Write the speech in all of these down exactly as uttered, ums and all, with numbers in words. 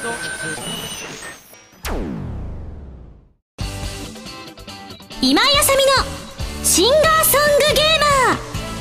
今井あさみのシンガーソングゲーマ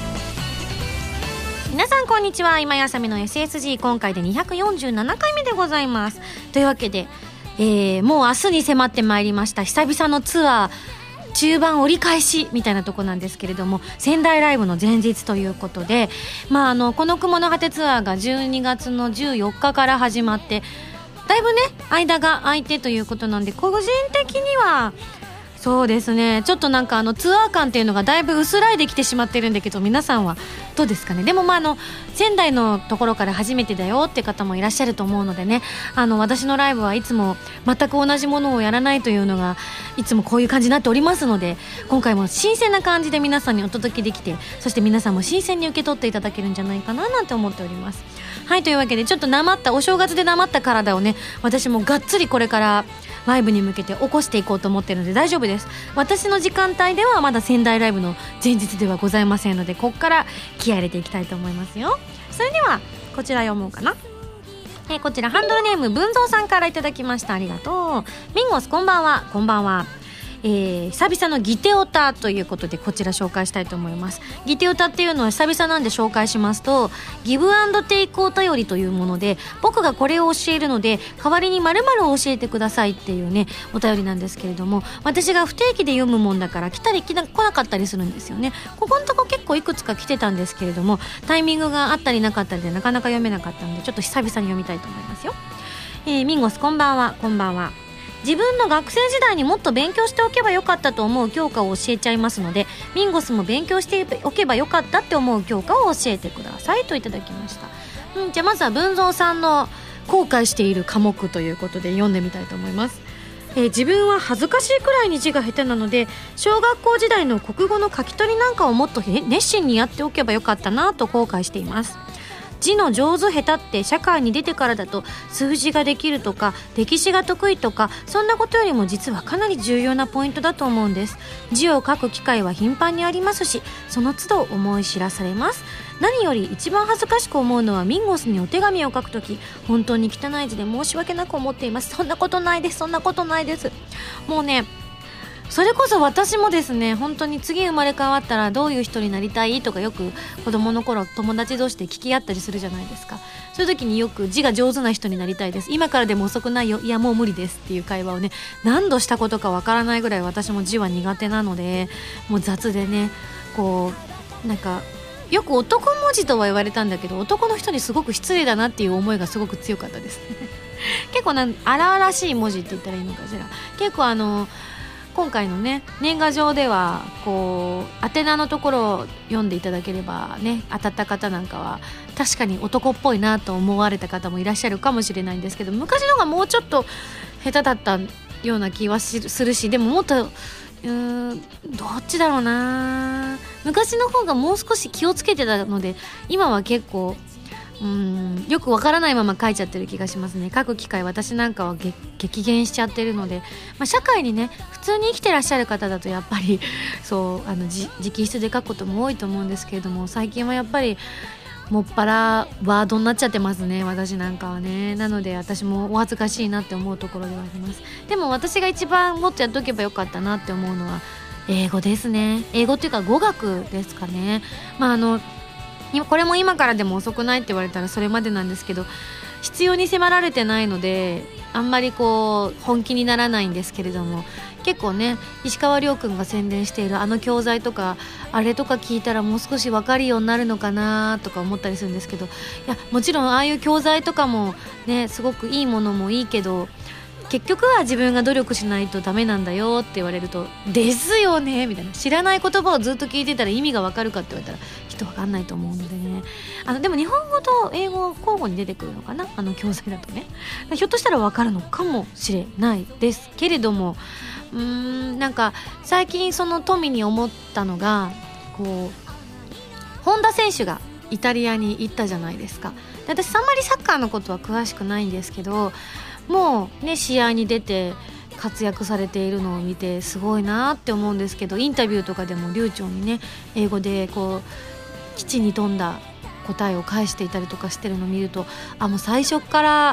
ー。皆さんこんにちは、今井あさみの エスエスジー 今回でにひゃくよんじゅうななかいめでございます。というわけで、えー、もう明日に迫ってまいりました久々のツアー中盤折り返しみたいなとこなんですけれども、仙台ライブの前日ということで、まあ、あのこの雲の果てツアーがじゅうにがつのじゅうよっかから始まって、だいぶね間が空いてということなんで、個人的にはそうですね、ちょっとなんかあのツアー感っていうのがだいぶ薄らいできてしまってるんだけど、皆さんはどうですかね。でもまああの仙台のところから初めてだよって方もいらっしゃると思うのでね、あの私のライブはいつも全く同じものをやらないというのがいつもこういう感じになっておりますので、今回も新鮮な感じで皆さんにお届けできて、そして皆さんも新鮮に受け取っていただけるんじゃないかななんて思っております。はい、というわけでちょっとなまったお正月でなまった体をね、私もがっつりこれからライブに向けて起こしていこうと思っているので大丈夫です。私の時間帯ではまだ仙台ライブの前日ではございませんので、ここから気合い入れていきたいと思いますよ。それではこちら読もうかな。えー、こちらハンドルネーム文蔵さんからいただきました。ありがとう。ミンゴスこんばんは。こんばんは。えー、久々のギテオタということでこちら紹介したいと思います。ギテオタっていうのは久々なんで紹介しますと、ギブアンドテイクお便りというもので、僕がこれを教えるので代わりに〇〇を教えてくださいっていうねお便りなんですけれども、私が不定期で読むもんだから来たり来な、来なかったりするんですよね。ここのとこ結構いくつか来てたんですけれども、タイミングがあったりなかったりでなかなか読めなかったので、ちょっと久々に読みたいと思いますよ。えー、ミンゴスこんばんは。こんばんは。自分の学生時代にもっと勉強しておけばよかったと思う教科を教えちゃいますので、ミンゴスも勉強しておけばよかったって思う教科を教えてくださいといただきました。うん、じゃあまずは文蔵さんの後悔している科目ということで読んでみたいと思います。えー、自分は恥ずかしいくらいに字が下手なので、小学校時代の国語の書き取りなんかをもっと熱心にやっておけばよかったなと後悔しています。字の上手下手って社会に出てからだと数字ができるとか歴史が得意とか、そんなことよりも実はかなり重要なポイントだと思うんです。字を書く機会は頻繁にありますし、その都度思い知らされます。何より一番恥ずかしく思うのはミンゴスにお手紙を書くとき、本当に汚い字で申し訳なく思っています。そんなことないです、そんなことないです。もうね、それこそ私もですね、本当に次生まれ変わったらどういう人になりたいとかよく子供の頃友達同士で聞き合ったりするじゃないですか。そういう時によく字が上手な人になりたいです、今からでも遅くないよ、いやもう無理ですっていう会話をね、何度したことかわからないぐらい私も字は苦手なので、もう雑でね、こうなんかよく男文字とは言われたんだけど、男の人にすごく失礼だなっていう思いがすごく強かったです結構なん荒々しい文字って言ったらいいのかしら。結構あの今回のね年賀状ではこう宛名のところを読んでいただければね、当たった方なんかは確かに男っぽいなと思われた方もいらっしゃるかもしれないんですけど、昔のがもうちょっと下手だったような気はするし、でももっとうーんどっちだろうな、昔の方がもう少し気をつけてたので、今は結構うーんよくわからないまま書いちゃってる気がしますね。書く機会私なんかは激減しちゃってるので、まあ、社会にね普通に生きてらっしゃる方だとやっぱりそうあの直筆で書くことも多いと思うんですけれども、最近はやっぱりもっぱらワードになっちゃってますね、私なんかはね。なので私もお恥ずかしいなって思うところではあります。でも私が一番もっとやっとけばよかったなって思うのは英語ですね。英語っていうか語学ですかね。まああのこれも今からでも遅くないって言われたらそれまでなんですけど、必要に迫られてないのであんまりこう本気にならないんですけれども、結構ね石川遼君が宣伝しているあの教材とかあれとか聞いたらもう少し分かるようになるのかなとか思ったりするんですけど、いやもちろんああいう教材とかもねすごくいいものもいいけど、結局は自分が努力しないとダメなんだよって言われるとですよねみたいな、知らない言葉をずっと聞いてたら意味が分かるかって言われたらきっと分かんないと思うのでね。あのでも日本語と英語交互に出てくるのかな、あの教材だとね。ひょっとしたら分かるのかもしれないですけれども、うーんなんか最近その富に思ったのが、こう本田選手がイタリアに行ったじゃないですか。で私あんまりサッカーのことは詳しくないんですけど、もうね試合に出て活躍されているのを見てすごいなって思うんですけど、インタビューとかでも流暢にね英語でこう基地に富んだ答えを返していたりとかしてるのを見ると、あもう最初から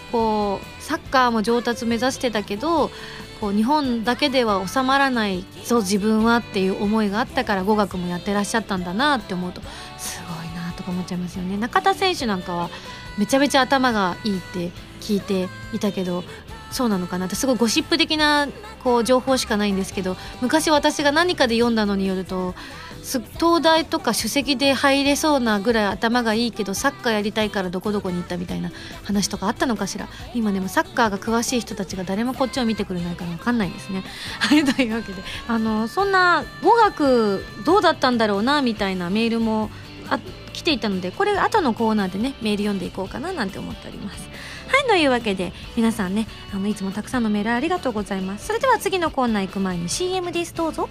こうサッカーも上達目指してたけどこう日本だけでは収まらないぞ自分はっていう思いがあったから語学もやってらっしゃったんだなって思うとすごいなとか思っちゃいますよね。中田選手なんかはめちゃめちゃ頭がいいって聞いていたけどそうなのかなってすごいゴシップ的なこう情報しかないんですけど、昔私が何かで読んだのによると東大とか首席で入れそうなぐらい頭がいいけどサッカーやりたいからどこどこに行ったみたいな話とかあったのかしら。今でもサッカーが詳しい人たちが誰もこっちを見てくれないから分かんないですね。はいというわけであのそんな語学どうだったんだろうなみたいなメールもあ来ていたので、これ後のコーナーでねメール読んでいこうかななんて思っております。はいというわけで皆さんねあのいつもたくさんのメールありがとうございます。それでは次のコーナー行く前に シーエム です。どうぞ。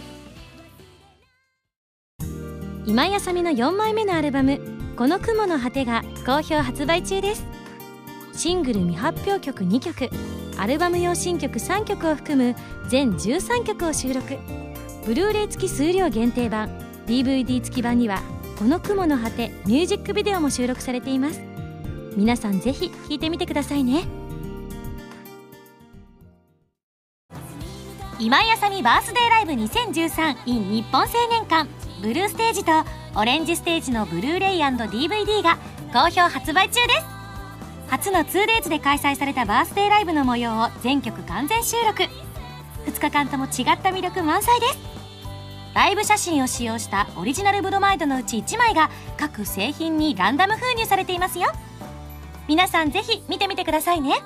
今井あさみのよんまいめのアルバム「この雲の果て」が好評発売中です。シングル未発表曲にきょく、アルバム用新曲さんきょくを含む全じゅうさんきょくを収録。ブルーレイ付き数量限定版 ディーブイディー 付き版には「この雲の果て」ミュージックビデオも収録されています。皆さんぜひ聴いてみてくださいね。今井あさみバースデーライブにせんじゅうさん in 日本青年館ブルーステージとオレンジステージのブルーレイ&ディーブイディー が好評発売中です。初の ツーデイズ で開催されたバースデーライブの模様を全曲完全収録。ふつかかんとも違った魅力満載です。ライブ写真を使用したオリジナルブロマイドのうちいちまいが各製品にランダム封入されていますよ。皆さんぜひ見てみてくださいね。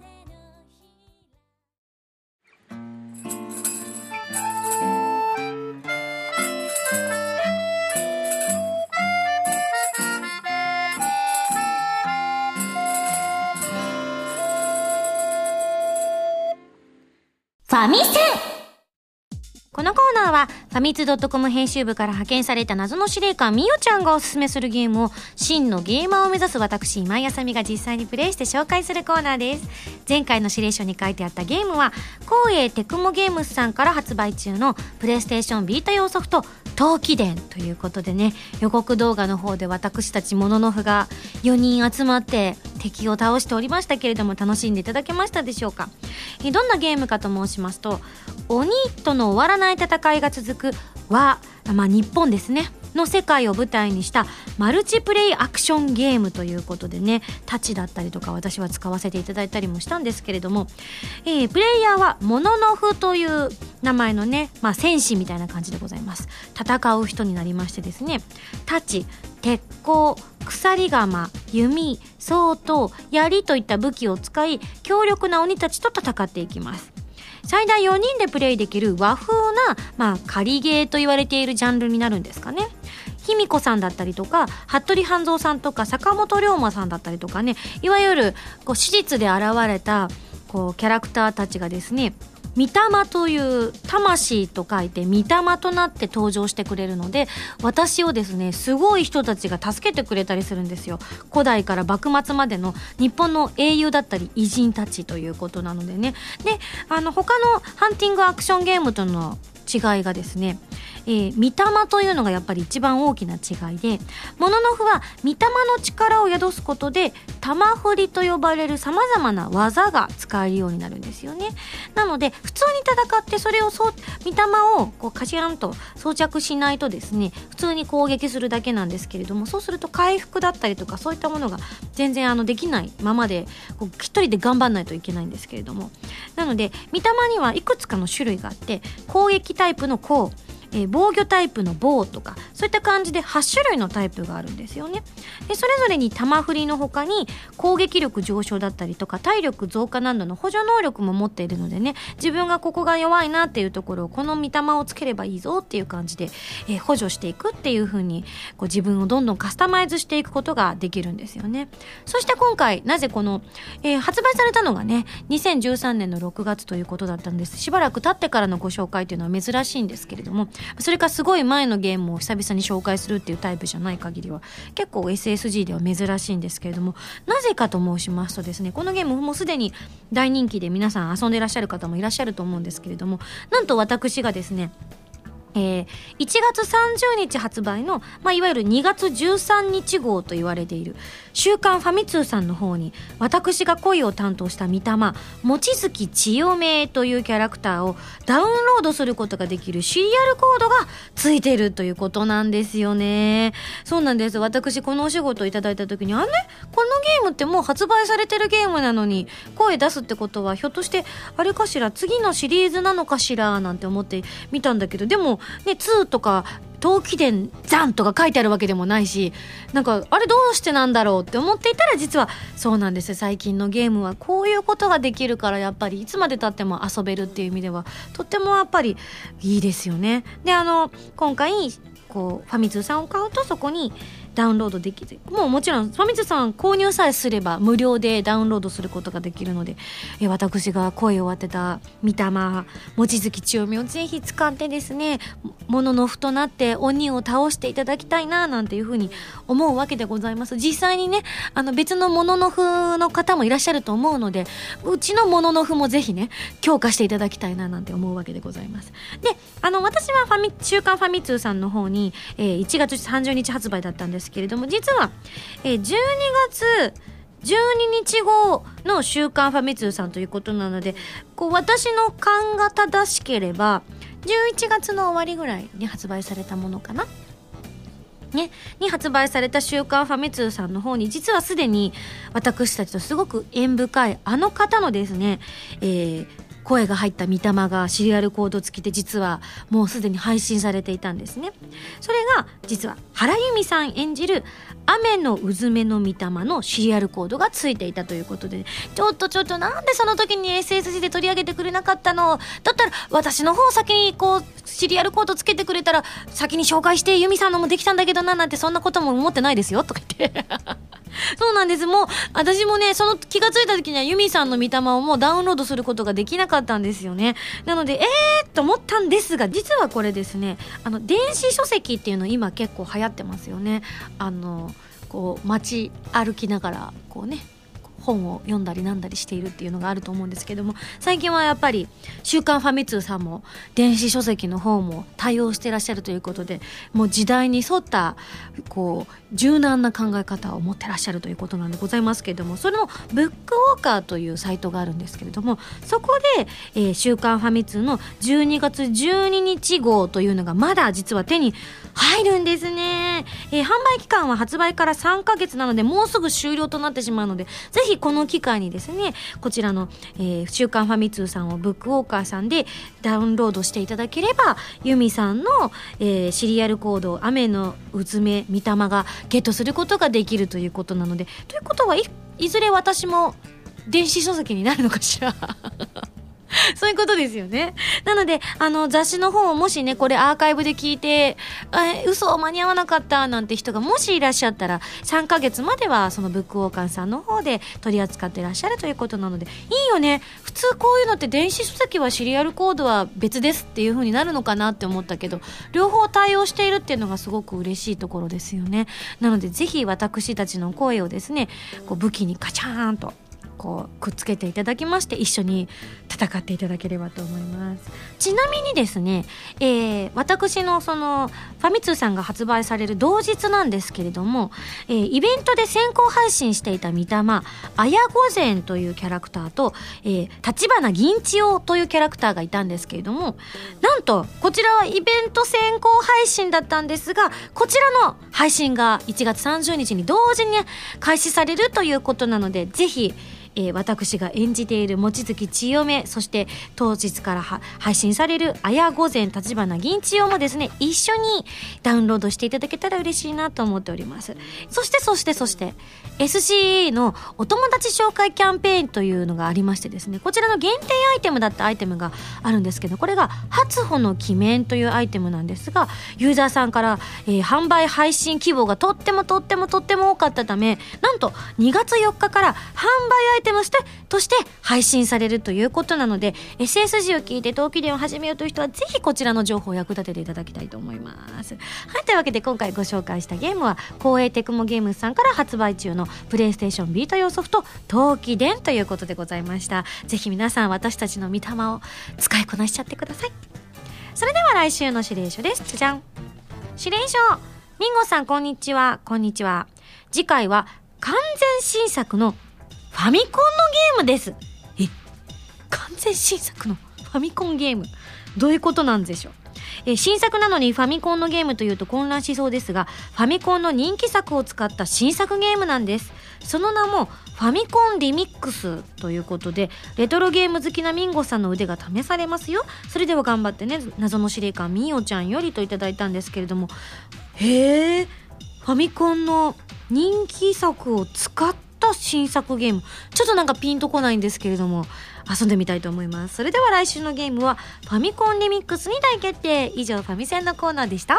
ファミセン。 このコーナーはファミツー .com 編集部から派遣された謎の司令官みよちゃんがおすすめするゲームを真のゲーマーを目指す私今井あさみが実際にプレイして紹介するコーナーです。前回の指令書に書いてあったゲームは光栄テクモゲームスさんから発売中のプレイステーションビータ用ソフト闘気伝ということでね、予告動画の方で私たちモノノフがよにん集まって敵を倒しておりましたけれども、楽しんでいただけましたでしょうか。えどんなゲームかと申しますと、鬼との終わらない戦いが続くは、まあ、日本ですねの世界を舞台にしたマルチプレイアクションゲームということでね、タッチだったりとか私は使わせていただいたりもしたんですけれども、えー、プレイヤーはモノノフという名前のね、まあ、戦士みたいな感じでございます。戦う人になりましてですね、太刀、鉄鋼、鎖鎌、弓、槍刀、槍といった武器を使い強力な鬼たちと戦っていきます。最大よにんでプレイできる和風な、まあ、仮ゲーと言われているジャンルになるんですかね。卑弥呼さんだったりとか服部半蔵さんとか坂本龍馬さんだったりとかね、いわゆるこう史実で現れたこうキャラクターたちがですね、御霊という魂と書いて御霊となって登場してくれるので、私をですねすごい人たちが助けてくれたりするんですよ。古代から幕末までの日本の英雄だったり偉人たちということなのでね。で、あの他のハンティングアクションゲームとの違いがですね、えー、御霊というのがやっぱり一番大きな違いで、モノノフは御霊の力を宿すことで玉振りと呼ばれるさまざまな技が使えるようになるんですよね。なので普通に戦ってそれをそう御霊をこうカシャンと装着しないとですね、普通に攻撃するだけなんですけれども、そうすると回復だったりとかそういったものが全然あのできないままで、こう一人で頑張んないといけないんですけれども、なので御霊にはいくつかの種類があって、攻撃タイプの攻、えー、防御タイプの防とかそういった感じではち種類のタイプがあるんですよね。でそれぞれに玉振りの他に攻撃力上昇だったりとか体力増加などの補助能力も持っているのでね、自分がここが弱いなっていうところをこの御霊をつければいいぞっていう感じで、えー、補助していくっていう風にこう自分をどんどんカスタマイズしていくことができるんですよね。そして今回なぜこの、えー、発売されたのがねにせんじゅうさんねんのろくがつということだったんです。しばらく経ってからのご紹介というのは珍しいんですけれども、それからすごい前のゲームを久々に紹介するっていうタイプじゃない限りは結構 エスエスジー では珍しいんですけれども、なぜかと申しますとですね、このゲームもうすでに大人気で皆さん遊んでいらっしゃる方もいらっしゃると思うんですけれども、なんと私がですねえー、いちがつさんじゅうにち発売の、まあ、いわゆるにがつじゅうさんにち号と言われている週刊ファミ通さんの方に、私が声を担当した三玉望月千代芽というキャラクターをダウンロードすることができるシリアルコードがついているということなんですよね。そうなんです。私このお仕事をいただいた時に、あれこのゲームってもう発売されてるゲームなのに声出すってことはひょっとしてあれかしら、次のシリーズなのかしらなんて思って見たんだけど、でもね、ツーとか陶器伝ザンとか書いてあるわけでもないし、なんかあれどうしてなんだろうって思っていたら、実はそうなんです。最近のゲームはこういうことができるから、やっぱりいつまで経っても遊べるっていう意味ではとってもやっぱりいいですよね。で、あの今回こうファミ通さんを買うとそこにダウンロードできて、もうもちろんファミ通さん購入さえすれば無料でダウンロードすることができるので、え私が声を当てた三玉望月千代芽をぜひ使ってですね、もののふとなって鬼を倒していただきたいななんていうふうに思うわけでございます。実際にね、あの別のもののふの方もいらっしゃると思うので、うちのもののふもぜひね強化していただきたいななんて思うわけでございます。で、あの私はファミ週刊ファミ通さんの方に、えー、いちがつさんじゅうにち発売だったんですけれども、実は、えー、じゅうにがつじゅうににち号の週刊ファミ通さんということなので、こう私の勘が正しければじゅういちがつの終わりぐらいに発売されたものかなね、に発売された週刊ファミ通さんの方に、実はすでに私たちとすごく縁深いあの方のですね、えー声が入った三玉がシリアルコード付きで実はもうすでに配信されていたんですね。それが実は原由美さん演じる雨のうずめの三玉のシリアルコードが付いていたということで、ちょっとちょっとなんでその時に エスエスジー で取り上げてくれなかったの、だったら私の方先にこうシリアルコードつけてくれたら先に紹介して由美さんのもできたんだけどな、なんてそんなことも思ってないですよとか言ってそうなんです。もう私もね、その気がついた時には由美さんの三玉をもうダウンロードすることができなかったんですよね。なのでえーっと思ったんですが、実はこれですね、あの電子書籍っていうの今結構流行ってますよね。あのこう街歩きながらこうね本を読んだりなんだりしているっていうのがあると思うんですけども、最近はやっぱり週刊ファミ通さんも電子書籍の方も対応していらっしゃるということで、もう時代に沿ったこう柔軟な考え方を持ってらっしゃるということなんでございますけれども、それのブックウォーカーというサイトがあるんですけれども、そこで、えー、週刊ファミ通のじゅうにがつじゅうににち号というのがまだ実は手に入るんですね。えー、販売期間は発売からさんかげつなのでもうすぐ終了となってしまうので、ぜひこの機会にですね、こちらの、えー、週刊ファミ通さんをブックウォーカーさんでダウンロードしていただければ、由美さんの、えー、シリアルコード雨のうずめ三玉がゲットすることができるということなので、ということはい、いずれ私も電子書籍になるのかしらそういうことですよね。なのであの雑誌の方をもしねこれアーカイブで聞いてえ嘘間に合わなかったなんて人がもしいらっしゃったら、さんかげつまではそのブックウォーカーさんの方で取り扱ってらっしゃるということなので、いいよね。普通こういうのって電子書籍はシリアルコードは別ですっていう風になるのかなって思ったけど、両方対応しているっていうのがすごく嬉しいところですよね。なのでぜひ私たちの声をですねこう武器にカチャーンとこうくっつけていただきまして、一緒に戦っていただければと思います。ちなみにですね、えー、私のそのファミ通さんが発売される同日なんですけれども、えー、イベントで先行配信していた三玉綾御前というキャラクターと、えー、立花銀千代というキャラクターがいたんですけれども、なんとこちらはイベント先行配信だったんですが、こちらの配信がいちがつさんじゅうにちに同時に開始されるということなので、ぜひえー、私が演じている望月千代芽、そして当日から配信される綾御前立花銀千代もですね一緒にダウンロードしていただけたら嬉しいなと思っております。そしてそしてそして エスシーイー のお友達紹介キャンペーンというのがありましてですね、こちらの限定アイテムだったアイテムがあるんですけど、これが初穂の鬼面というアイテムなんですが、ユーザーさんから、えー、販売配信希望がとってもとってもとっても多かったため、なんとにがつよっかから販売アイテムとしてとして配信されるということなので、 エスエスジー を聞いて陶器伝を始めようという人はぜひこちらの情報を役立てていただきたいと思います。はい、というわけで今回ご紹介したゲームは光栄テクモゲームズさんから発売中のプレイステーションビータ用ソフト陶器伝ということでございました。ぜひ皆さん私たちの御霊を使いこなしちゃってください。 それでは来週の指令書です。じゃん。指令書。ミンゴさんこんにちは。こんにちは。次回は完全新作のファミコンのゲームです。え、完全新作のファミコンゲーム、どういうことなんでしょう。え新作なのにファミコンのゲームというと混乱しそうですが、ファミコンの人気作を使った新作ゲームなんです。その名もファミコンリミックスということで、レトロゲーム好きなミンゴさんの腕が試されますよ。それでは頑張ってね。謎の司令官みおちゃんよりといただいたんですけれども、へえ、ファミコンの人気作を使った新作ゲーム、ちょっとなんかピンとこないんですけれども、遊んでみたいと思います。それでは来週のゲームはファミコンリミックスに大決定。以上ファミセンのコーナーでした。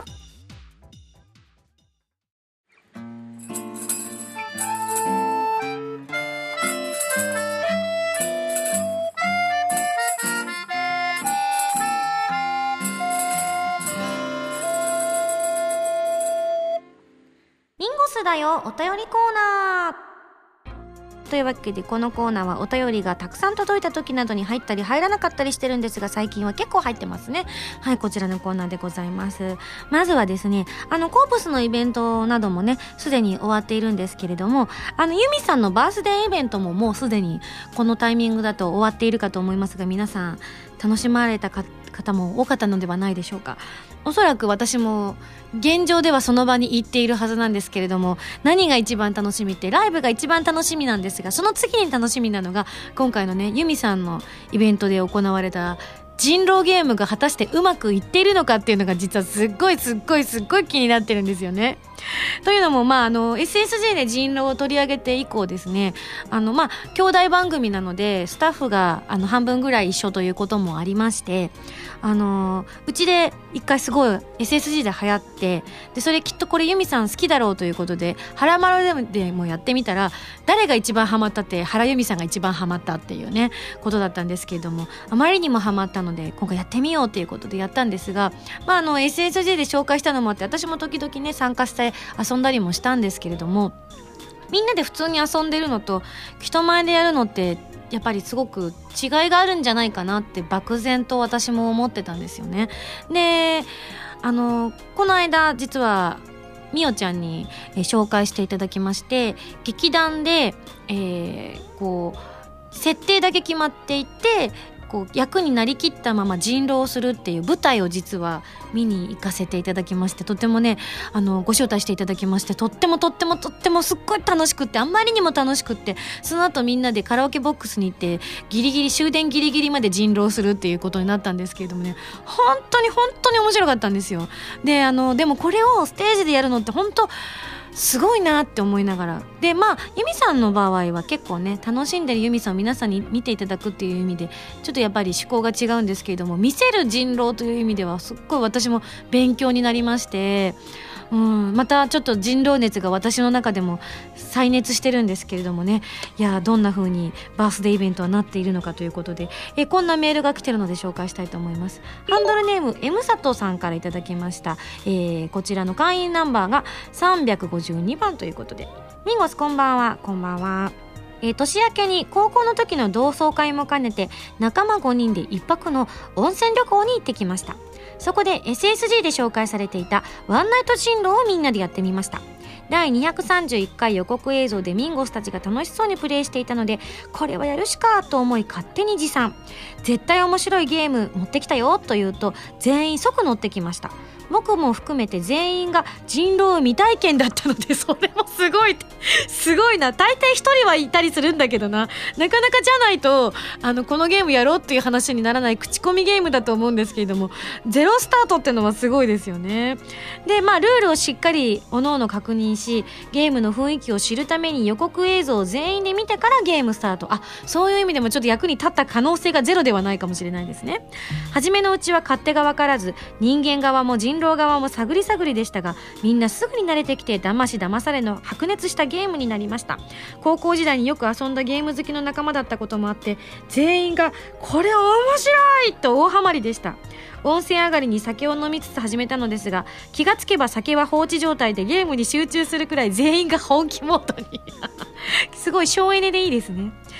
ミンゴスだよお便りコーナーというわけで、このコーナーはお便りがたくさん届いた時などに入ったり入らなかったりしてるんですが、最近は結構入ってますね。はい、こちらのコーナーでございます。まずはですね、あのコープスのイベントなどもねすでに終わっているんですけれども、あのユミさんのバースデーイベントももうすでにこのタイミングだと終わっているかと思いますが、皆さん楽しまれたか方も多かったのではないでしょうか。おそらく私も現状ではその場に行っているはずなんですけれども、何が一番楽しみってライブが一番楽しみなんですが、その次に楽しみなのが今回のねユミさんのイベントで行われた人狼ゲームが果たしてうまくいっているのかっていうのが実はすっごいすっごいすっごい気になってるんですよね。というのも、まあ、あの エスエスジェー で人狼を取り上げて以降ですね、あのまあ兄弟番組なのでスタッフがあの半分ぐらい一緒ということもありまして、あのうちで一回すごい エスエスジー で流行って、でそれきっとこれユミさん好きだろうということでハラマルでもやってみたら、誰が一番ハマったって原ユミさんが一番ハマったっていうねことだったんですけれども、あまりにもハマったので今回やってみようということでやったんですが、まあ、あの エスエスジェー で紹介したのもあって、私も時々ね参加して遊んだりもしたんですけれども、みんなで普通に遊んでるのと人前でやるのってやっぱりすごく違いがあるんじゃないかなって漠然と私も思ってたんですよね。で、あのこの間実はみおちゃんに、えー、紹介していただきまして、劇団で、えー、こう設定だけ決まっていて、こう役になりきったまま人狼をするっていう舞台を実は見に行かせていただきまして、とてもねあのご招待していただきまして、とってもとってもとってもすっごい楽しくって、あんまりにも楽しくって、その後みんなでカラオケボックスに行ってギリギリ終電ギリギリまで人狼するっていうことになったんですけれどもね、本当に本当に面白かったんですよ。で、あのでもこれをステージでやるのって本当すごいなって思いながら、でまあユミさんの場合は結構ね楽しんでるユミさんを皆さんに見ていただくっていう意味でちょっとやっぱり趣向が違うんですけれども、見せる人狼という意味ではすっごい私も勉強になりまして、うん、またちょっと人狼熱が私の中でも再熱してるんですけれどもね、いやどんな風にバースデーイベントはなっているのかということで、えこんなメールが来てるので紹介したいと思います。ハンドルネーム M 佐藤さんからいただきました。えー、こちらの会員ナンバーがさんびゃくごじゅうにばんということで、ミンゴスこんばんは。こんばんは。えー、年明けに高校の時の同窓会も兼ねて仲間ごにんで一泊の温泉旅行に行ってきました。そこで エスエスジー で紹介されていたワンナイト人狼をみんなでやってみました。だいにひゃくさんじゅういっかい予告映像でミンゴスたちが楽しそうにプレイしていたので、これはやるしかと思い勝手に持参。絶対面白いゲーム持ってきたよと言うと全員即乗ってきました。僕も含めて全員が人狼未体験だったので、それもすごいすごいな。大抵一人はいたりするんだけどな、なかなかじゃないとあのこのゲームやろうっていう話にならない口コミゲームだと思うんですけれども、ゼロスタートってのはすごいですよね。でまあルールをしっかりおのおの確認し、ゲームの雰囲気を知るために予告映像を全員で見てからゲームスタート。あ、そういう意味でもちょっと役に立った可能性がゼロではないかもしれないですね。初めのうちは勝手が分からず、人間側も人狼側も探り探りでしたが、みんなすぐに慣れてきて騙し騙されの白熱したゲームになりました。高校時代によく遊んだゲーム好きの仲間だったこともあって、全員がこれ面白いと大ハマりでした。温泉上がりに酒を飲みつつ始めたのですが、気がつけば酒は放置状態でゲームに集中するくらい全員が本気モードにすごい省エネでいいですね。苦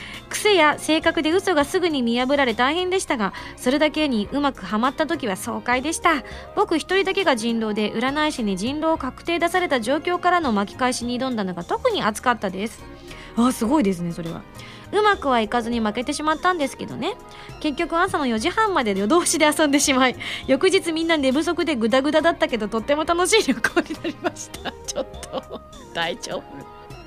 癖や性格で嘘がすぐに見破られ大変でしたが、それだけにうまくはまった時は爽快でした。僕一人だけが人狼で、占い師に人狼を確定出された状況からの巻き返しに挑んだのが特に熱かったです。あ、すごいですね。それはうまくはいかずに負けてしまったんですけどね。結局朝のよじはんまで夜通しで遊んでしまい、翌日みんな寝不足でグダグダだったけど、とっても楽しい旅行になりました。ちょっと大丈夫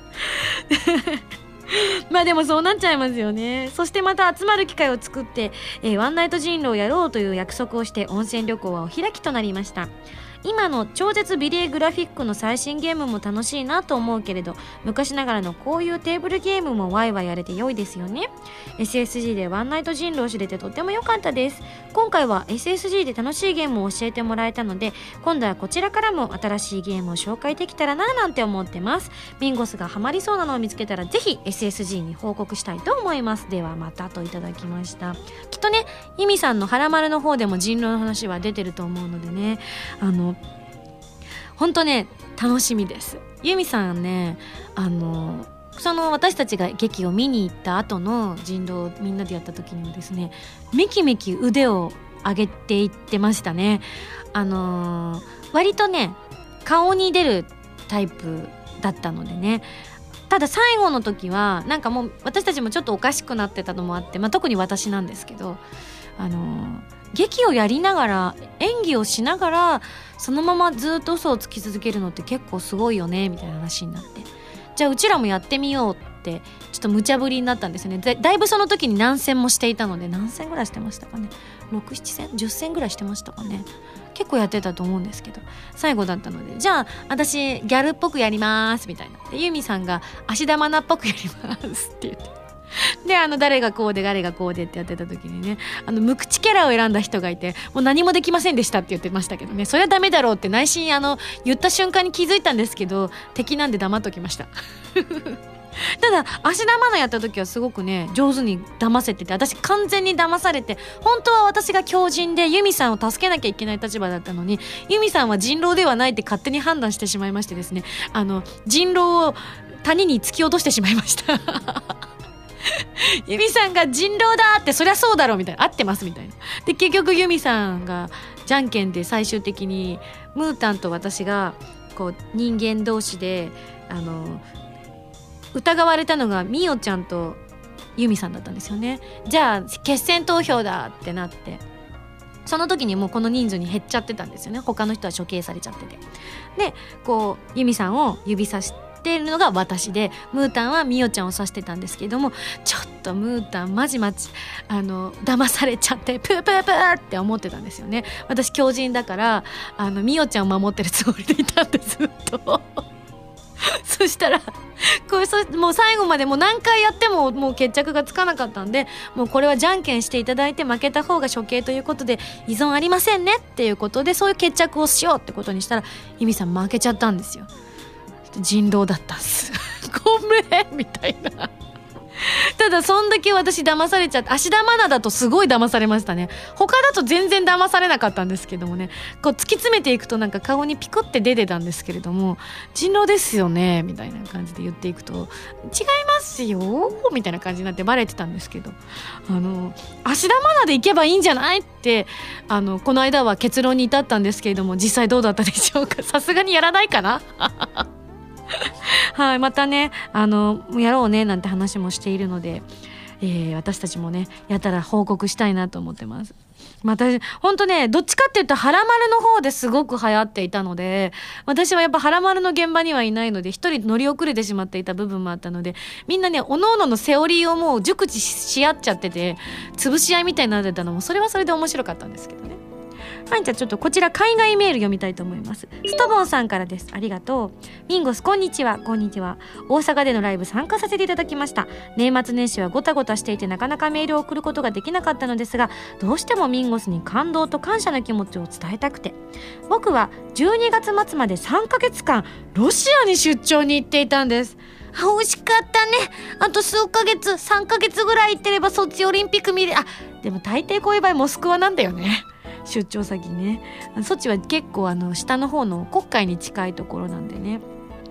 まあでもそうなっちゃいますよね。そしてまた集まる機会を作って、えー、ワンナイト人狼をやろうという約束をして、温泉旅行はお開きとなりました。今の超絶美麗グラフィックの最新ゲームも楽しいなと思うけれど、昔ながらのこういうテーブルゲームもワイワイやれて良いですよね。 エスエスジー でワンナイト人狼を知れてとっても良かったです。今回は エスエスジー で楽しいゲームを教えてもらえたので、今度はこちらからも新しいゲームを紹介できたらななんて思ってます。ミンゴスがハマりそうなのを見つけたらぜひ エスエスジー に報告したいと思います。ではまたといただきました。きっとね、ユミさんのハラマルの方でも人狼の話は出てると思うのでね、あの本当ね楽しみです。ユミさんね、あのその私たちが劇を見に行った後の人狼をみんなでやった時にはですね、めきめき腕を上げていってましたね。あのー、割とね顔に出るタイプだったのでね。ただ最後の時はなんかもう私たちもちょっとおかしくなってたのもあって、まあ、特に私なんですけど、あのー、劇をやりながら演技をしながらそのままずっと嘘をつき続けるのって結構すごいよねみたいな話になって、じゃあうちらもやってみようってちょっと無茶ぶりになったんですよね。 だ, だいぶその時に何戦もしていたので、何戦ぐらいしてましたかね、ろく、なな戦じゅっ戦ぐらいしてましたかね。結構やってたと思うんですけど、最後だったので、じゃあ私ギャルっぽくやりますみたいな、でユミさんが芦田愛菜っぽくやりますって言って、であの誰がこうで誰がこうでってやってた時にね、あの無口キャラを選んだ人がいて、もう何もできませんでしたって言ってましたけどね、そりゃダメだろうって内心あの言った瞬間に気づいたんですけど、敵なんで黙っときましたただ芦田愛菜やった時はすごくね上手に騙せてて、私完全に騙されて、本当は私が狂人でユミさんを助けなきゃいけない立場だったのに、ユミさんは人狼ではないって勝手に判断してしまいましてですね、あの人狼を谷に突き落としてしまいましたユミさんが人狼だって、そりゃそうだろうみたいな、合ってますみたいな。で結局ユミさんがじゃんけんで最終的にムータンと私がこう人間同士であの疑われたのがミオちゃんとユミさんだったんですよね。じゃあ決選投票だってなって、その時にもうこの人数に減っちゃってたんですよね。他の人は処刑されちゃってて、でこうユミさんを指さしているのが私で、ムータンはミオちゃんを指してたんですけども、ちょっとムータンマジマジあの騙されちゃってプープープーって思ってたんですよね。私狂人だからあのミオちゃんを守ってるつもりでいたんですずっとそしたらこれそもう最後までもう何回やってももう決着がつかなかったんで、もうこれはじゃんけんしていただいて負けた方が処刑ということで依存ありませんねっていうことで、そういう決着をしようってことにしたらユミさん負けちゃったんですよ。人狼だったんですごめんみたいな。ただそんだけ私騙されちゃって、芦田愛菜だとすごい騙されましたね。他だと全然騙されなかったんですけどもね、こう突き詰めていくとなんか顔にピクって出てたんですけれども、人狼ですよねみたいな感じで言っていくと、違いますよみたいな感じになってバレてたんですけど、あの芦田愛菜でいけばいいんじゃないってあのこの間は結論に至ったんですけれども、実際どうだったでしょうか。さすがにやらないかなはい、またねあのやろうねなんて話もしているので、えー、私たちもねやったら報告したいなと思ってます。また本当ねどっちかっていうとハラマルの方ですごく流行っていたので、私はやっぱハラマルの現場にはいないので一人乗り遅れてしまっていた部分もあったので、みんなねおのおののセオリーをもう熟知し合っちゃってて潰し合いみたいになってたのも、それはそれで面白かったんですけどね。はい、じゃあちょっとこちら海外メール読みたいと思います。ストボンさんからです。ありがとう。ミンゴスこんにちは。こんにちは。大阪でのライブ参加させていただきました。年末年始はごたごたしていてなかなかメールを送ることができなかったのですが、どうしてもミンゴスに感動と感謝の気持ちを伝えたくて、僕はじゅうにがつ末までさんかげつかんロシアに出張に行っていたんです。惜しかったね。あと数ヶ月さんかげつぐらい行ってればソチオリンピック見れ、あでも大抵こういう場合モスクワなんだよね出張先ね。ソチは結構あの下の方の黒海に近いところなんでね、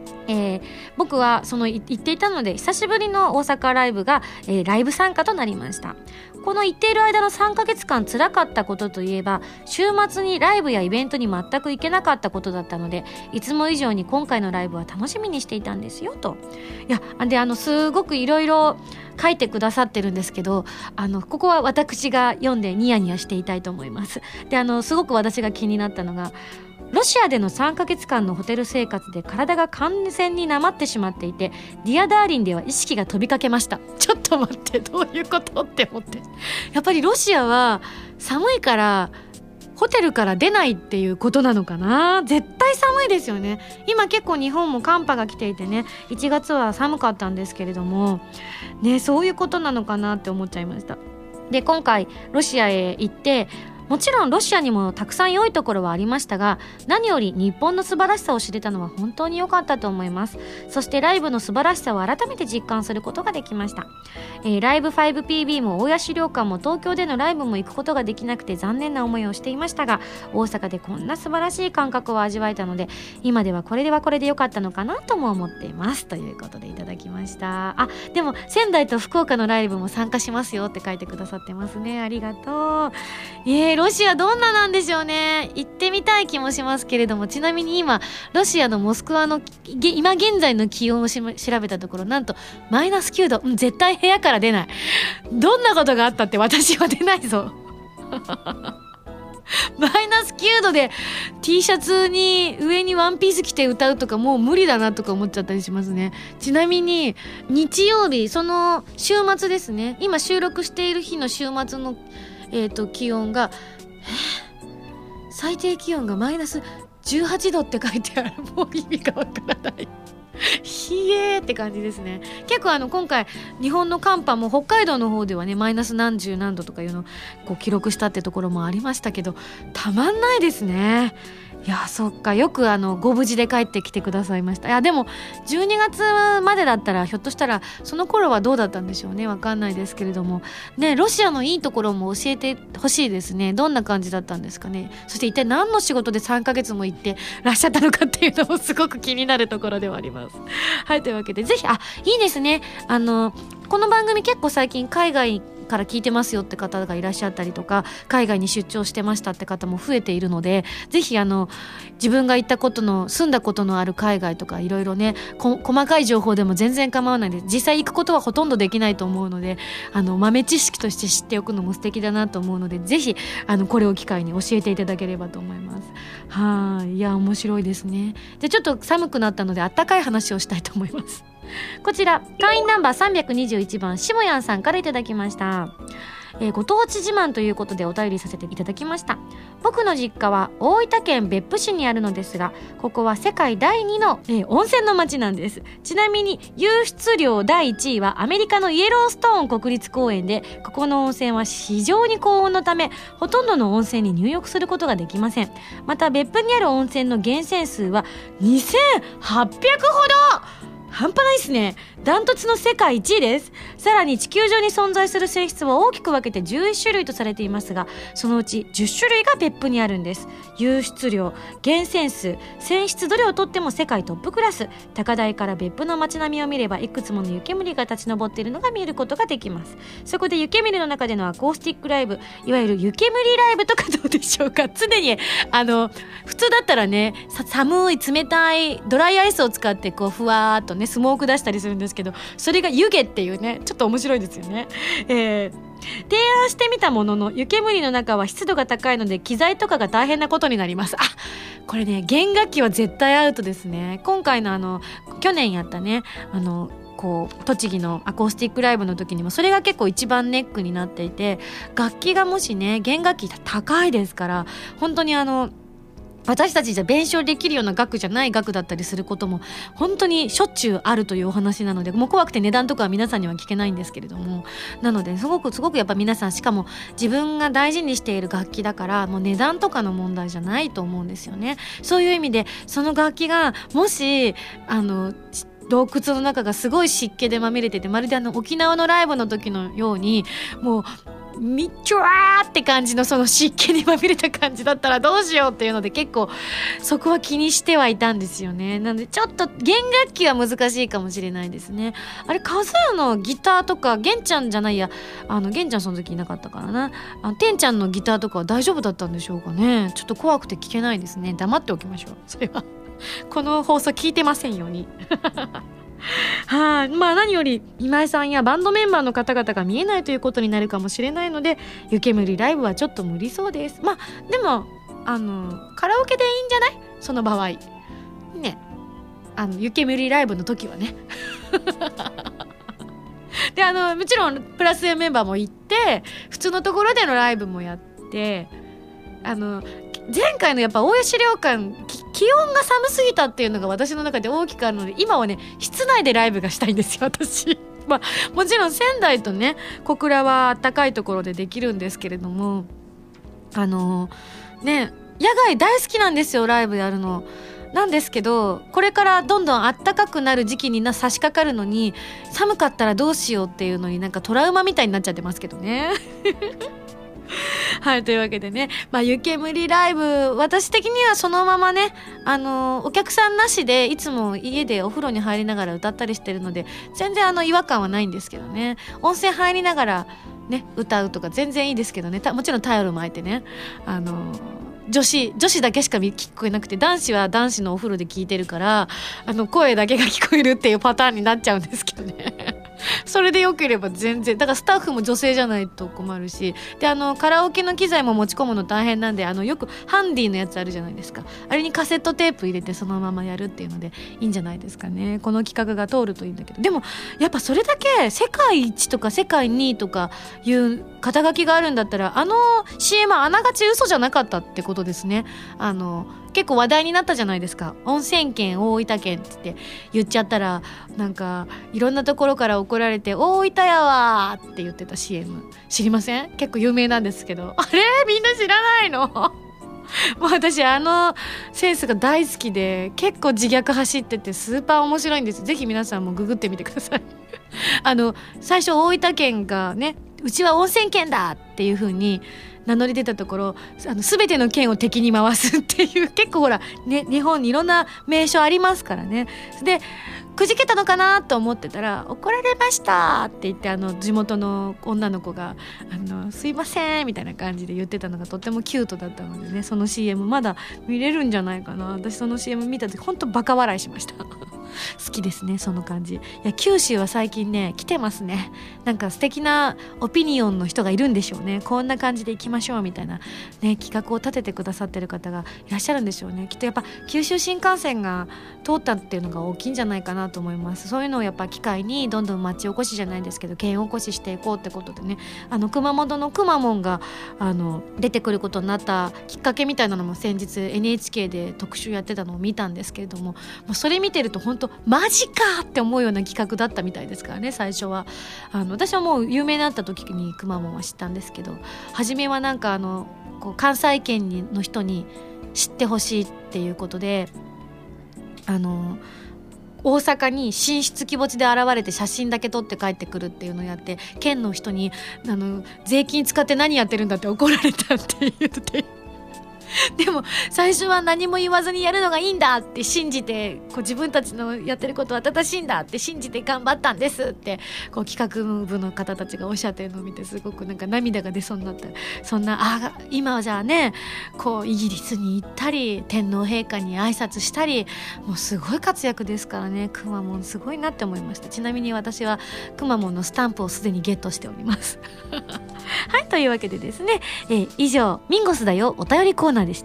えー、僕はその行っていたので久しぶりの大阪ライブが、えー、ライブ参加となりました。この行っている間のさんかげつかん辛かったことといえば、週末にライブやイベントに全く行けなかったことだったので、いつも以上に今回のライブは楽しみにしていたんですよと。いやであのすごくいろいろ書いてくださってるんですけど、あのここは私が読んでニヤニヤしていたいと思います。であのすごく私が気になったのが、ロシアでのさんかげつかんのホテル生活で体が完全になまってしまっていて、ディアダーリンでは意識が飛びかけました。ちょっと待って、どういうことって思って、やっぱりロシアは寒いからホテルから出ないっていうことなのかな。絶対寒いですよね。今結構日本も寒波が来ていてね、いちがつは寒かったんですけれどもね、そういうことなのかなって思っちゃいました。で今回ロシアへ行って、もちろんロシアにもたくさん良いところはありましたが、何より日本の素晴らしさを知れたのは本当に良かったと思います。そしてライブの素晴らしさを改めて実感することができました。えー、ライブ ファイブピービー も大谷資料館も東京でのライブも行くことができなくて残念な思いをしていましたが、大阪でこんな素晴らしい感覚を味わえたので、今ではこれではこれで良かったのかなとも思っていますということでいただきました。あ、でも仙台と福岡のライブも参加しますよって書いてくださってますね。ありがとう。えーロシアどんななんでしょうね。行ってみたい気もしますけれども、ちなみに今ロシアのモスクワの今現在の気温をし調べたところ、なんとマイナスきゅうど、うん、絶対部屋から出ない。どんなことがあったって私は出ないぞマイナスきゅうどで T シャツに上にワンピース着て歌うとかもう無理だなとか思っちゃったりしますね。ちなみに日曜日、その週末ですね、今収録している日の週末の、えーと、気温が最低気温がマイナスじゅうはちどって書いてある。もう意味がわからないひえーって感じですね。結構あの今回日本の寒波も北海道の方ではねマイナス何十何度とかいうのをこう記録したってところもありましたけど、たまんないですね。いやそっか、よくあのご無事で帰ってきてくださいました。いやでもじゅうにがつまでだったらひょっとしたらその頃はどうだったんでしょうね。わかんないですけれどもね、ロシアのいいところも教えてほしいですね。どんな感じだったんですかね。そして一体何の仕事でさんかげつも行ってらっしゃったのかっていうのもすごく気になるところではあります。はい、というわけでぜひ、あ、いいですね、あのこの番組結構最近海外から聞いてますよって方がいらっしゃったりとか、海外に出張してましたって方も増えているので、ぜひあの自分が行ったことの住んだことのある海外とかいろいろね、こ細かい情報でも全然構わないで、実際行くことはほとんどできないと思うので、あの豆知識として知っておくのも素敵だなと思うので、ぜひあのこれを機会に教えていただければと思います。はい、いや面白いですね。でちょっと寒くなったのであったかい話をしたいと思います。こちら会員ナンバーさんびゃくにじゅういちばんしもやんさんからいただきました。えー、ご当地自慢ということでお便りさせていただきました。僕の実家は大分県別府市にあるのですが、ここは世界だいにの、えー、温泉の町なんです。ちなみに湧出量だいいちいはアメリカのイエローストーン国立公園で、ここの温泉は非常に高温のためほとんどの温泉に入浴することができません。また別府にある温泉の源泉数はにせんはっぴゃくほど、半端ないですね。ダントツの世界いちいです。さらに地球上に存在する泉質は大きく分けてじゅういちしゅるいとされていますが、そのうちじゅっしゅるいが別府にあるんです。湧出量、源泉数、泉質どれをとっても世界トップクラス。高台から別府の街並みを見ればいくつもの湯煙が立ち上っているのが見えることができます。そこで湯煙の中でのアコースティックライブ、いわゆる湯煙ライブとかどうでしょうか。常にあの普通だったらね、寒い冷たいドライアイスを使ってこうふわーっとねスモーク出したりするんですけど、それが湯気っていうね、ちょっと面白いですよね。えー、提案してみたものの湯煙の中は湿度が高いので機材とかが大変なことになります。あ、これね弦楽器は絶対アウトですね。今回のあの去年やったねあのこう栃木のアコースティックライブの時にもそれが結構一番ネックになっていて、楽器がもしね弦楽器高いですから、本当にあの私たちじゃ弁償できるような額じゃない額だったりすることも本当にしょっちゅうあるというお話なので、もう怖くて値段とかは皆さんには聞けないんですけれども、なのですごくすごくやっぱ皆さん、しかも自分が大事にしている楽器だからもう値段とかの問題じゃないと思うんですよね。そういう意味でその楽器がもしあの洞窟の中がすごい湿気でまみれてて、まるであの沖縄のライブの時のようにもうみっちょわーって感じのその湿気にまみれた感じだったらどうしようっていうので結構そこは気にしてはいたんですよね。なのでちょっと弦楽器は難しいかもしれないですね。あれカズーのギターとか玄ちゃんじゃないやあの玄ちゃんその時いなかったからなあのてんちゃんのギターとかは大丈夫だったんでしょうかね。ちょっと怖くて聞けないですね。黙っておきましょうそれはこの放送聞いてませんようにはい、まあ何より今井さんやバンドメンバーの方々が見えないということになるかもしれないので湯煙ライブはちょっと無理そうです。まあでもあのカラオケでいいんじゃない？その場合ね、あの湯煙ライブの時はねであのもちろんプラスメンバーも行って普通のところでのライブもやってあの前回のやっぱ大谷資料館気温が寒すぎたっていうのが私の中で大きくあるので今はね室内でライブがしたいんですよ私まあもちろん仙台とね小倉は暖かいところでできるんですけれどもあのね野外大好きなんですよライブやるのなんですけどこれからどんどん暖かくなる時期にな差し掛かるのに寒かったらどうしようっていうのになんかトラウマみたいになっちゃってますけどねはいというわけでね、まあ、湯煙ライブ私的にはそのままねあのお客さんなしでいつも家でお風呂に入りながら歌ったりしてるので全然あの違和感はないんですけどね温泉入りながらね歌うとか全然いいですけどねもちろんタオル巻いてねあの女子女子だけしか聞こえなくて男子は男子のお風呂で聞いてるからあの声だけが聞こえるっていうパターンになっちゃうんですけどねそれでよければ全然だからスタッフも女性じゃないと困るしであのカラオケの機材も持ち込むの大変なんであのよくハンディのやつあるじゃないですかあれにカセットテープ入れてそのままやるっていうのでいいんじゃないですかね。この企画が通るといいんだけどでもやっぱそれだけ世界一とか世界にいとかいう肩書きがあるんだったらあの シーエム はあながち嘘じゃなかったってことですね。あの結構話題になったじゃないですか。温泉県大分県って言っちゃったらなんかいろんなところから怒られて大分やわーって言ってた シーエム 知りません？結構有名なんですけどあれみんな知らないのもう私あのセンスが大好きで結構自虐走っててスーパー面白いんです。ぜひ皆さんもググってみてくださいあの最初大分県がねうちは温泉県だっていう風に名乗り出たところあの全ての県を敵に回すっていう結構ほら、ね、日本にいろんな名所ありますからね。でくじけたのかなと思ってたら怒られましたって言ってあの地元の女の子があのすいませんみたいな感じで言ってたのがとってもキュートだったのでねその シーエム まだ見れるんじゃないかな。私その シーエム 見た時ほんとバカ笑いしました好きですねその感じ。いや九州は最近ね来てますね。なんか素敵なオピニオンの人がいるんでしょうね。こんな感じで行きましょうみたいな、ね、企画を立ててくださってる方がいらっしゃるんでしょうね。きっとやっぱ九州新幹線が通ったっていうのが大きいんじゃないかなと思います。そういうのをやっぱ機会にどんどん町おこしじゃないですけど県おこししていこうってことでねあの熊本のくまモンがあの出てくることになったきっかけみたいなのも先日 エヌエイチケー で特集やってたのを見たんですけれどももうそれ見てると本当マジかって思うような企画だったみたいですからね。最初はあの私はもう有名になった時にくまモンは知ったんですけど初めはなんかあのこう関西圏にの人に知ってほしいっていうことであの大阪に神出鬼没で現れて写真だけ撮って帰ってくるっていうのをやって県の人にあの税金使って何やってるんだって怒られたって言っててでも最初は何も言わずにやるのがいいんだって信じてこう自分たちのやってることは正しいんだって信じて頑張ったんですってこう企画部の方たちがおっしゃってるのを見てすごくなんか涙が出そうになった。そんなあ今はじゃあねこうイギリスに行ったり天皇陛下に挨拶したりもうすごい活躍ですからね。くまモンすごいなって思いました。ちなみに私はくまモンのスタンプをすでにゲットしておりますはいというわけでですね、えー、以上ミンゴスだよお便りコーナーでした。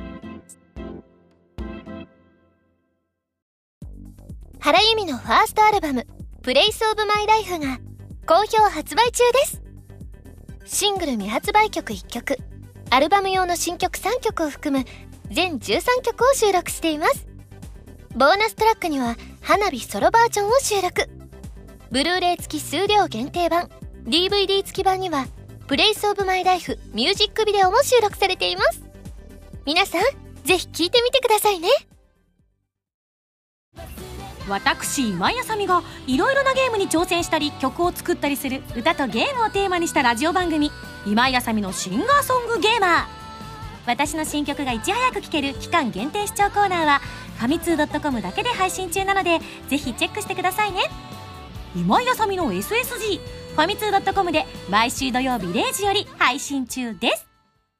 原由美のファーストアルバムプレイスオブマイライフが好評発売中です。シングル未発売曲いっきょくアルバム用の新曲さんきょくを含む全じゅうさんきょくを収録しています。ボーナストラックには花火ソロバージョンを収録。ブルーレイ付き数量限定版 ディーブイディー 付き版にはプレイスオブマイライフミュージックビデオも収録されています。皆さんぜひ聴いてみてくださいね。 私今井あさみがいろいろなゲームに挑戦したり曲を作ったりする歌とゲームをテーマにしたラジオ番組、今井あさみのシンガーソングゲーマー。私の新曲がいち早く聴ける期間限定視聴コーナーはファミツー .com だけで配信中なので、ぜひチェックしてくださいね。今井あさみの エスエスジー ファミツー .com で毎週土曜日れいじより配信中です。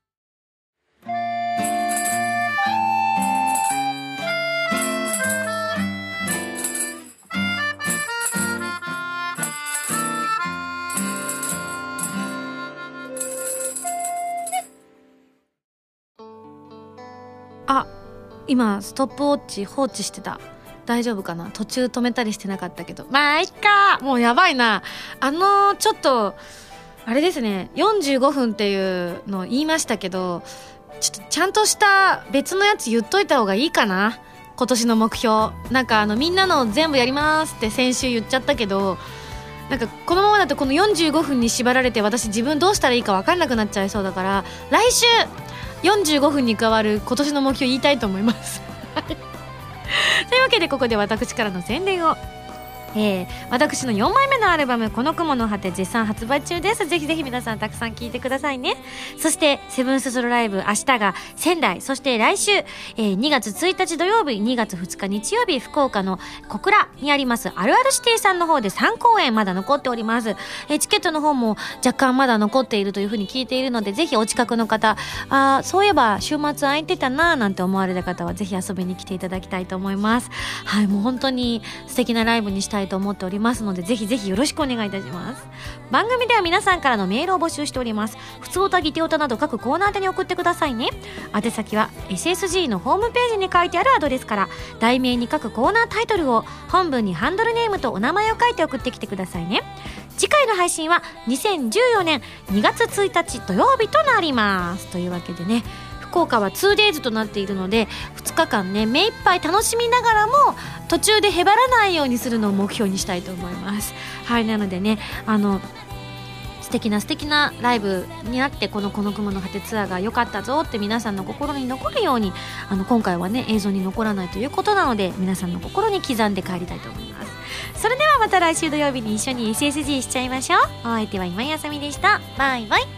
あ、今ストップウォッチ放置してた。大丈夫かな、途中止めたりしてなかったけど、まあいっか、もうやばいな。あのー、ちょっとあれですね、よんじゅうごふんっていうのを言いましたけど、ちょっとちゃんとした別のやつ言っといた方がいいかな。今年の目標、なんかあのみんなの全部やりますって先週言っちゃったけど、なんかこのままだとこのよんじゅうごふんに縛られて私自分どうしたらいいか分かんなくなっちゃいそうだから、来週よんじゅうごふんに加わる今年の目標言いたいと思いますというわけでここで私からの宣伝を、えー、私のよんまいめのアルバムこの雲の果て絶賛発売中です。ぜひぜひ皆さんたくさん聴いてくださいね。そしてセブンスソロライブ明日が仙台、そして来週、えー、にがつついたち土曜日、にがつふつか日曜日、福岡の小倉にありますあるあるシティさんの方でさんこうえんまだ残っております。えー、チケットの方も若干まだ残っているというふうに聞いているので、ぜひお近くの方、あそういえば週末空いてたななんて思われた方はぜひ遊びに来ていただきたいと思います。はい、もう本当に素敵なライブにしたいと思っておりますので、ぜひぜひよろしくお願いいたします。番組では皆さんからのメールを募集しております。ふつおた、ぎておたなど各コーナー宛てに送ってくださいね。宛先は エスエスジー のホームページに書いてあるアドレスから、題名に各コーナータイトルを、本文にハンドルネームとお名前を書いて送ってきてくださいね。次回の配信はにせんじゅうよねんにがつついたち土曜日となります。というわけでね、福岡は ツーデイズ となっているのでふつかかんね、目いっぱい楽しみながらも途中でへばらないようにするのを目標にしたいと思います。はい、なのでね、あの素敵な素敵なライブになって、このこの雲の果てツアーが良かったぞって皆さんの心に残るように、あの今回はね映像に残らないということなので、皆さんの心に刻んで帰りたいと思います。それではまた来週土曜日に一緒に エスエスジー しちゃいましょう。お相手は今井あさみでした。バイバイ。